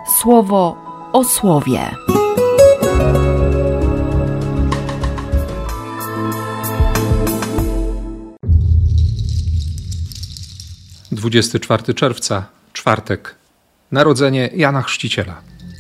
Słowo o słowie. Dwudziesty 24 czerwca, czwartek. Narodzenie Jana Chrzciciela.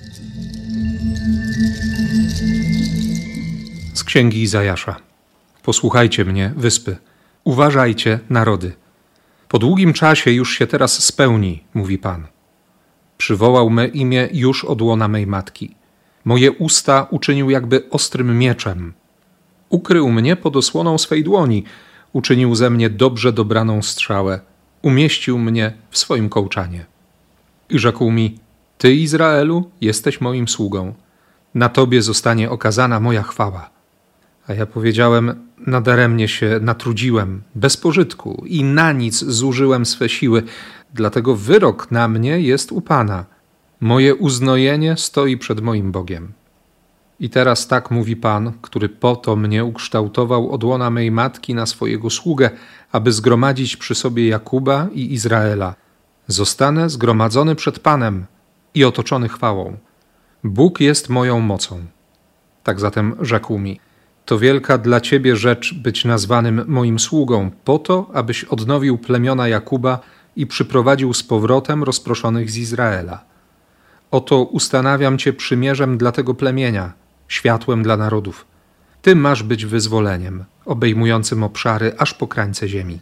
Z księgi Izajasza. Posłuchajcie mnie, wyspy. Uważajcie, narody. Po długim czasie już się teraz spełni, mówi Pan. Przywołał me imię już od łona mej matki. Moje usta uczynił jakby ostrym mieczem. Ukrył mnie pod osłoną swej dłoni. Uczynił ze mnie dobrze dobraną strzałę. Umieścił mnie w swoim kołczanie. I rzekł mi: Ty, Izraelu, jesteś moim sługą. Na Tobie zostanie okazana moja chwała. A ja powiedziałem: nadaremnie się natrudziłem, bez pożytku i na nic zużyłem swe siły, dlatego wyrok na mnie jest u Pana. Moje uznojenie stoi przed moim Bogiem. I teraz tak mówi Pan, który po to mnie ukształtował od łona mej matki na swojego sługę, aby zgromadzić przy sobie Jakuba i Izraela. Zostanę zgromadzony przed Panem i otoczony chwałą. Bóg jest moją mocą. Tak zatem rzekł mi: to wielka dla Ciebie rzecz być nazwanym moim sługą, po to, abyś odnowił plemiona Jakuba i przyprowadził z powrotem rozproszonych z Izraela. Oto ustanawiam Cię przymierzem dla tego plemienia, światłem dla narodów. Ty masz być wyzwoleniem, obejmującym obszary aż po krańce ziemi.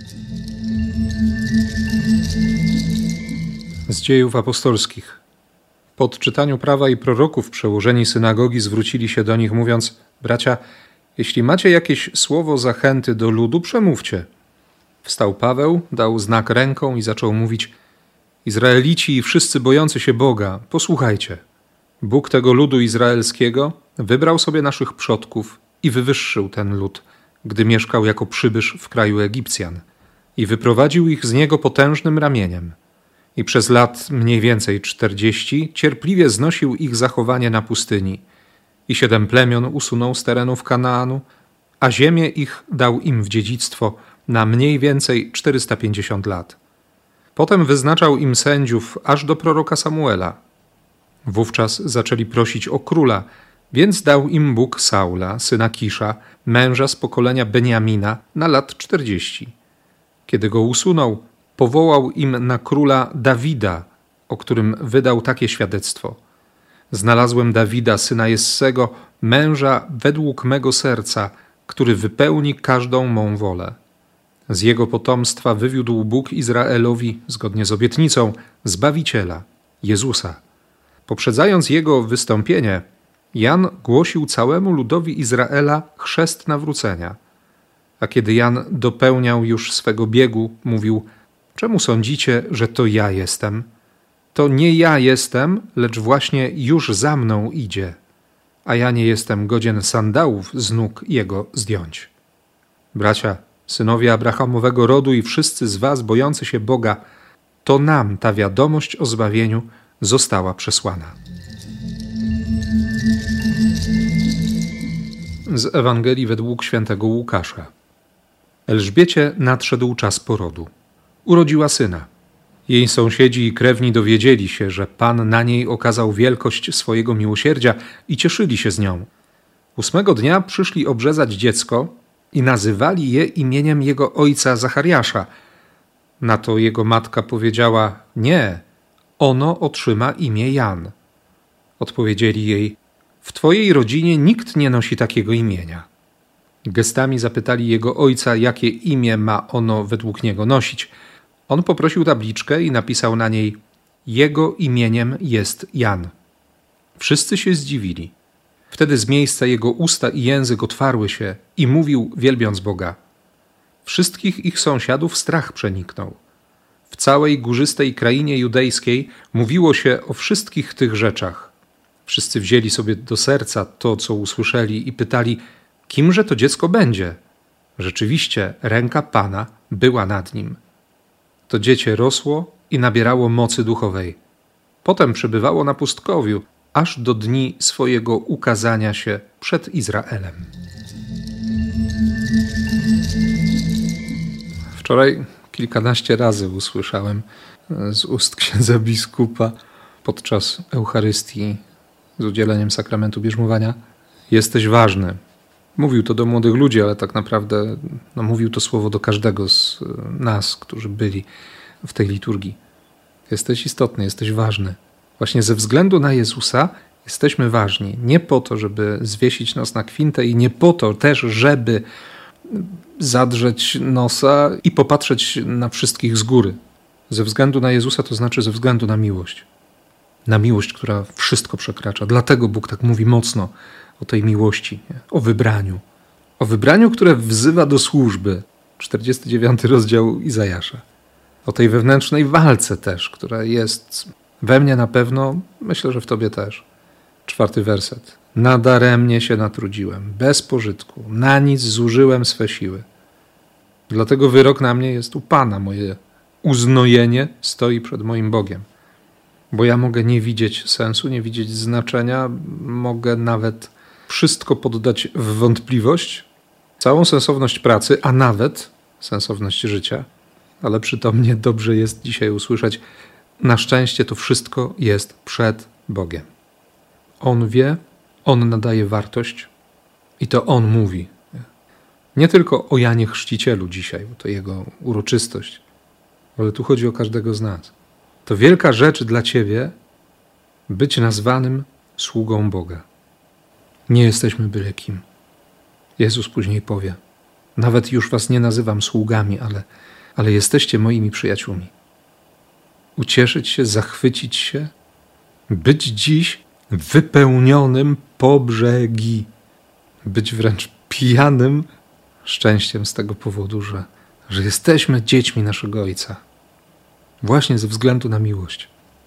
Z Dziejów Apostolskich. Po odczytaniu prawa i proroków przełożeni synagogi zwrócili się do nich, mówiąc: bracia, jeśli macie jakieś słowo zachęty do ludu, przemówcie. Wstał Paweł, dał znak ręką i zaczął mówić: Izraelici i wszyscy bojący się Boga, posłuchajcie. Bóg tego ludu izraelskiego wybrał sobie naszych przodków i wywyższył ten lud, gdy mieszkał jako przybysz w kraju Egipcjan, i wyprowadził ich z niego potężnym ramieniem. I przez lat mniej więcej 40 cierpliwie znosił ich zachowanie na pustyni. I 7 plemion usunął z terenów Kanaanu, a ziemię ich dał im w dziedzictwo na mniej więcej 450 lat. Potem wyznaczał im sędziów aż do proroka Samuela. Wówczas zaczęli prosić o króla, więc dał im Bóg Saula, syna Kisza, męża z pokolenia Beniamina, na lat 40. Kiedy go usunął, powołał im na króla Dawida, o którym wydał takie świadectwo: znalazłem Dawida, syna Jessego, męża według mego serca, który wypełni każdą mą wolę. Z jego potomstwa wywiódł Bóg Izraelowi, zgodnie z obietnicą, Zbawiciela, Jezusa. Poprzedzając jego wystąpienie, Jan głosił całemu ludowi Izraela chrzest nawrócenia. A kiedy Jan dopełniał już swego biegu, mówił: czemu sądzicie, że to ja jestem? To nie ja jestem, lecz właśnie już za mną idzie, a ja nie jestem godzien sandałów z nóg jego zdjąć. Bracia, synowie Abrahamowego rodu i wszyscy z was bojący się Boga, to nam ta wiadomość o zbawieniu została przesłana. Z Ewangelii według świętego Łukasza. Elżbiecie nadszedł czas porodu. Urodziła syna. Jej sąsiedzi i krewni dowiedzieli się, że Pan na niej okazał wielkość swojego miłosierdzia i cieszyli się z nią. 8 dnia przyszli obrzezać dziecko i nazywali je imieniem jego ojca Zachariasza. Na to jego matka powiedziała: nie, ono otrzyma imię Jan. Odpowiedzieli jej: w twojej rodzinie nikt nie nosi takiego imienia. Gestami zapytali jego ojca, jakie imię ma ono według niego nosić. On poprosił tabliczkę i napisał na niej: jego imieniem jest Jan. Wszyscy się zdziwili. Wtedy z miejsca jego usta i język otwarły się i mówił, wielbiąc Boga. Wszystkich ich sąsiadów strach przeniknął. W całej górzystej krainie judejskiej mówiło się o wszystkich tych rzeczach. Wszyscy wzięli sobie do serca to, co usłyszeli, i pytali: kimże to dziecko będzie? Rzeczywiście ręka Pana była nad nim. To dziecię rosło i nabierało mocy duchowej. Potem przebywało na pustkowiu, aż do dni swojego ukazania się przed Izraelem. Wczoraj kilkanaście razy usłyszałem z ust księdza biskupa podczas Eucharystii z udzieleniem sakramentu bierzmowania. Jesteś ważny. Mówił to do młodych ludzi, ale tak naprawdę mówił to słowo do każdego z nas, którzy byli w tej liturgii. Jesteś istotny, jesteś ważny. Właśnie ze względu na Jezusa jesteśmy ważni. Nie po to, żeby zwiesić nas na kwintę i nie po to też, żeby zadrzeć nosa i popatrzeć na wszystkich z góry. Ze względu na Jezusa to znaczy ze względu na miłość. Na miłość, która wszystko przekracza. Dlatego Bóg tak mówi mocno o tej miłości, nie? O wybraniu. O wybraniu, które wzywa do służby. 49 rozdział Izajasza. O tej wewnętrznej walce też, która jest we mnie na pewno, myślę, że w tobie też. 4 werset. Nadaremnie się natrudziłem, bez pożytku, na nic zużyłem swe siły. Dlatego wyrok na mnie jest u Pana, moje uznojenie stoi przed moim Bogiem. Bo ja mogę nie widzieć sensu, nie widzieć znaczenia, mogę nawet wszystko poddać w wątpliwość, całą sensowność pracy, a nawet sensowność życia. Ale przytomnie dobrze jest dzisiaj usłyszeć, na szczęście to wszystko jest przed Bogiem. On wie, On nadaje wartość i to On mówi. Nie tylko o Janie Chrzcicielu dzisiaj, bo to jego uroczystość, ale tu chodzi o każdego z nas. To wielka rzecz dla ciebie być nazwanym sługą Boga. Nie jesteśmy byle kim. Jezus później powie, nawet już was nie nazywam sługami, ale jesteście moimi przyjaciółmi. Ucieszyć się, zachwycić się, być dziś wypełnionym po brzegi, być wręcz pijanym szczęściem z tego powodu, że jesteśmy dziećmi naszego Ojca. Właśnie ze względu na miłość.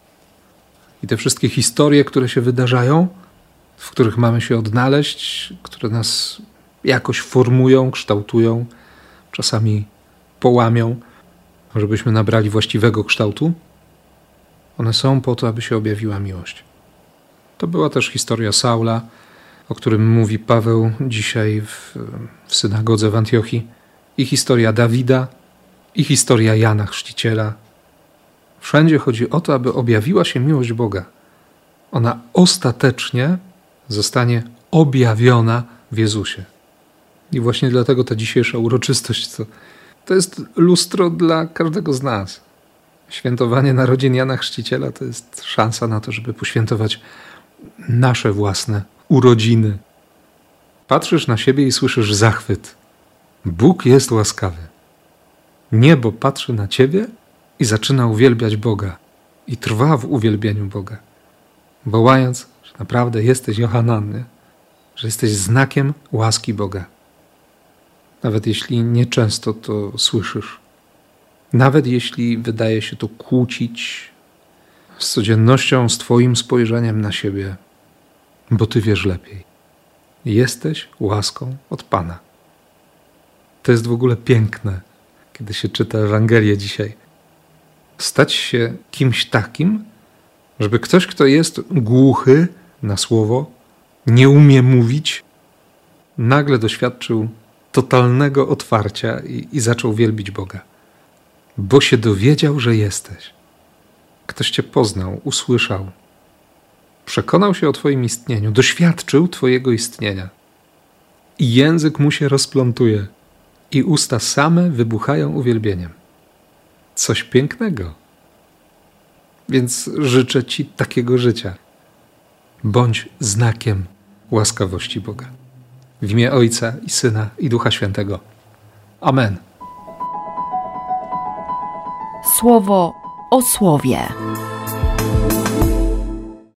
I te wszystkie historie, które się wydarzają, w których mamy się odnaleźć, które nas jakoś formują, kształtują, czasami połamią, żebyśmy nabrali właściwego kształtu, one są po to, aby się objawiła miłość. To była też historia Saula, o którym mówi Paweł dzisiaj w synagodze w Antiochii, i historia Dawida, i historia Jana Chrzciciela. Wszędzie chodzi o to, aby objawiła się miłość Boga. Ona ostatecznie zostanie objawiona w Jezusie. I właśnie dlatego ta dzisiejsza uroczystość to jest lustro dla każdego z nas. Świętowanie narodzin Jana Chrzciciela to jest szansa na to, żeby poświętować nasze własne urodziny. Patrzysz na siebie i słyszysz zachwyt. Bóg jest łaskawy. Niebo patrzy na ciebie i zaczyna uwielbiać Boga. I trwa w uwielbieniu Boga. Wołając, że naprawdę jesteś Johananny, że jesteś znakiem łaski Boga. Nawet jeśli nieczęsto to słyszysz. Nawet jeśli wydaje się to kłócić z codziennością, z twoim spojrzeniem na siebie, bo ty wiesz lepiej. Jesteś łaską od Pana. To jest w ogóle piękne, kiedy się czyta Ewangelię dzisiaj. Stać się kimś takim, żeby ktoś, kto jest głuchy na słowo, nie umie mówić, nagle doświadczył totalnego otwarcia i zaczął wielbić Boga. Bo się dowiedział, że jesteś. Ktoś cię poznał, usłyszał. Przekonał się o twoim istnieniu, doświadczył twojego istnienia. I język mu się rozplątuje. I usta same wybuchają uwielbieniem. Coś pięknego. Więc życzę ci takiego życia. Bądź znakiem łaskawości Boga. W imię Ojca i Syna i Ducha Świętego. Amen. Słowo o słowie.